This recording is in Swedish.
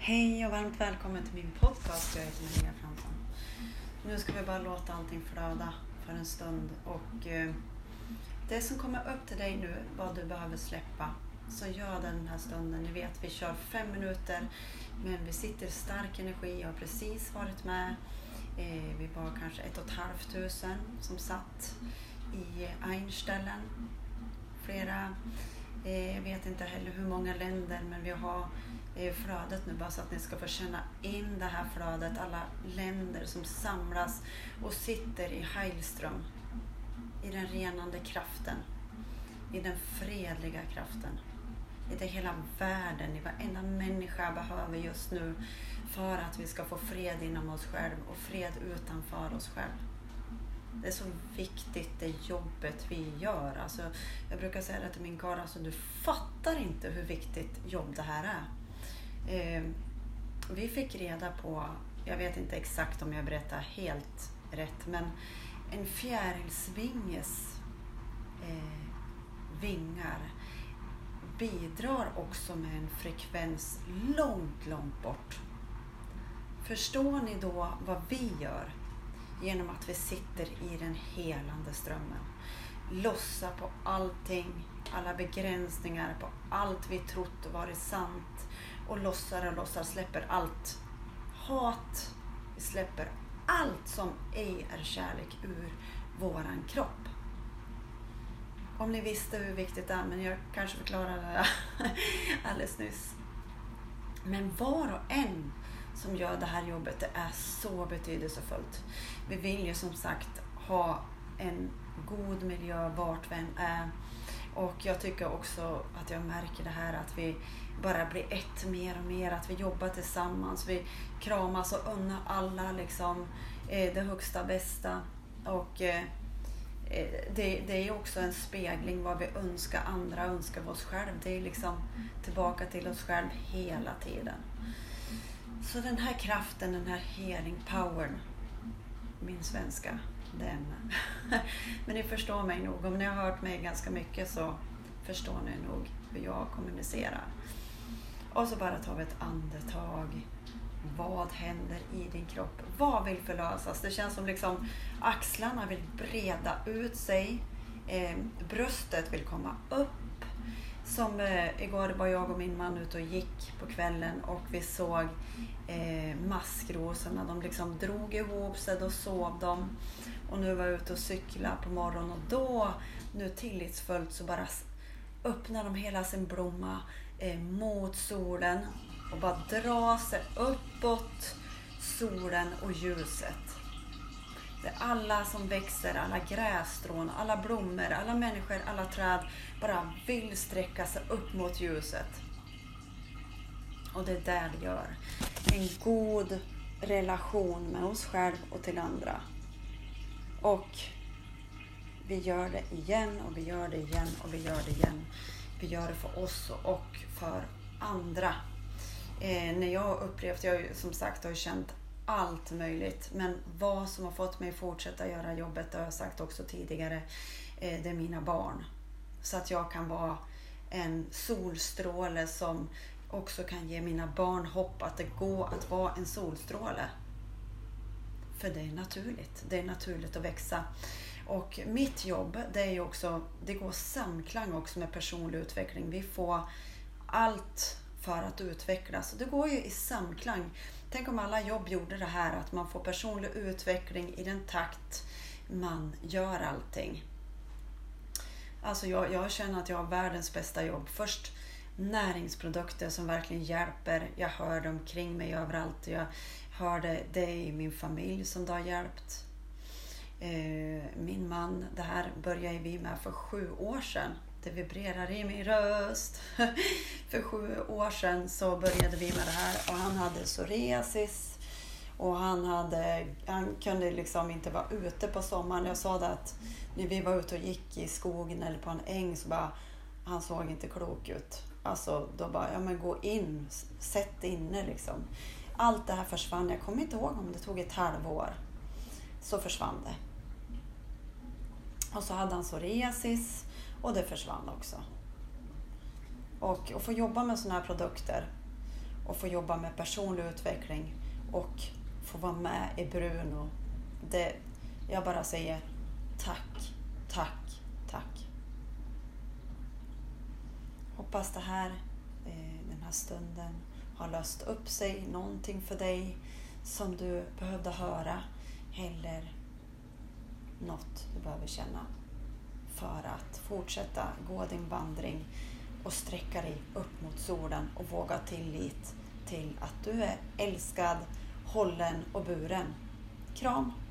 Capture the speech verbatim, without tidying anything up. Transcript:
Hej och varmt välkommen till min podcast. Jag heter Maria Fransson. Nu ska vi bara låta allting flöda för en stund. Och eh, det som kommer upp till dig nu, vad du behöver släppa, så gör den här stunden. Ni vet, vi kör fem minuter, men vi sitter i stark energi. Jag har precis varit med. Eh, vi var kanske ett och ett halvt tusen som satt i Einställen. Flera, eh, jag vet inte heller hur många länder, men vi har flödet nu bara så att ni ska få känna in det här flödet. Alla länder som samlas och sitter i Heilström, i den renande kraften, i den fredliga kraften, i det hela världen, i varenda människa behöver just nu för att vi ska få fred inom oss själv och fred utanför oss själv. Det är så viktigt, det jobbet vi gör. Alltså, jag brukar säga det till min karl, alltså, du fattar inte hur viktigt jobb det här är. Eh, vi fick reda på, jag vet inte exakt om jag berättar helt rätt, men en fjärilsvinges eh, vingar bidrar också med en frekvens långt, långt bort. Förstår ni då vad vi gör genom att vi sitter i den helande strömmen? Lossa på allting, alla begränsningar, på allt vi trott och varit sant. Och lossar och lossar, släpper allt hat, vi släpper allt som ej är kärlek ur våran kropp. Om ni visste hur viktigt det är, men jag kanske förklarade det alldeles nyss. Men var och en som gör det här jobbet, det är så betydelsefullt. Vi vill ju som sagt ha en god miljö vart vi än är. Och jag tycker också att jag märker det här att vi bara blir ett mer och mer, att vi jobbar tillsammans, vi kramas och unnar alla liksom eh, det högsta bästa. Och eh, det, det är också en spegling vad vi önskar andra, önskar oss själv. Det är liksom tillbaka till oss själv hela tiden. Så den här kraften, den här healing powern, min svenska, den. Men ni förstår mig nog. Om ni har hört mig ganska mycket så förstår ni nog hur jag kommunicerar. Och så bara tar vi ett andetag. Vad händer i din kropp? Vad vill förlösas? Det känns som liksom axlarna vill breda ut sig. Eh, bröstet vill komma upp. Som eh, igår var jag och min man ute och gick på kvällen och vi såg eh, maskrosorna. De liksom drog ihop sig, då sov de. Och nu var jag ute och cykla på morgonen och då, nu tillitsfullt, så bara öppnar de hela sin blomma eh, mot solen och bara drar sig uppåt solen och ljuset. Det är alla som växer, alla grässtrån, alla blommor, alla människor, alla träd bara vill sträcka sig upp mot ljuset. Och det är där det gör. En god relation med oss själv och till andra. Och vi gör det igen och vi gör det igen och vi gör det igen. Vi gör det för oss och för andra. Eh, när jag har upplevt, jag har som sagt har känt allt möjligt. Men vad som har fått mig fortsätta göra jobbet, det har jag sagt också tidigare, eh, det är mina barn. Så att jag kan vara en solstråle som också kan ge mina barn hopp att det går att vara en solstråle. För det är naturligt. Det är naturligt att växa. Och mitt jobb, det är ju också, det går samklang också med personlig utveckling. Vi får allt för att utvecklas. Det går ju i samklang. Tänk om alla jobb gjorde det här, att man får personlig utveckling i den takt man gör allting. Alltså jag, jag känner att jag har världens bästa jobb. Först näringsprodukter som verkligen hjälper. Jag hör dem kring mig överallt. Jag hörde det i min familj som det har hjälpt. Eh, min man, det här började vi med för sju år sedan. Det vibrerar i min röst. För sju år sedan så började vi med det här. Och han hade psoriasis. Och han, hade, han kunde liksom inte vara ute på sommaren. Jag sa det att när vi var ute och gick i skogen eller på en äng så bara, han såg inte klok ut. Alltså då bara, ja men gå in, sätt inne liksom. Allt det här försvann. Jag kommer inte ihåg om det tog ett halvår. Så försvann det. Och så hade han psoriasis och det försvann också. Och att få jobba med såna här produkter och och få jobba med personlig utveckling och få vara med i Bruno. Det, jag bara säger tack, tack, tack. Hoppas det här, den här stunden har löst upp sig, någonting för dig som du behövde höra eller något du behöver känna för att fortsätta gå din vandring och sträcka dig upp mot solen och våga tillit till att du är älskad, hållen och buren. Kram!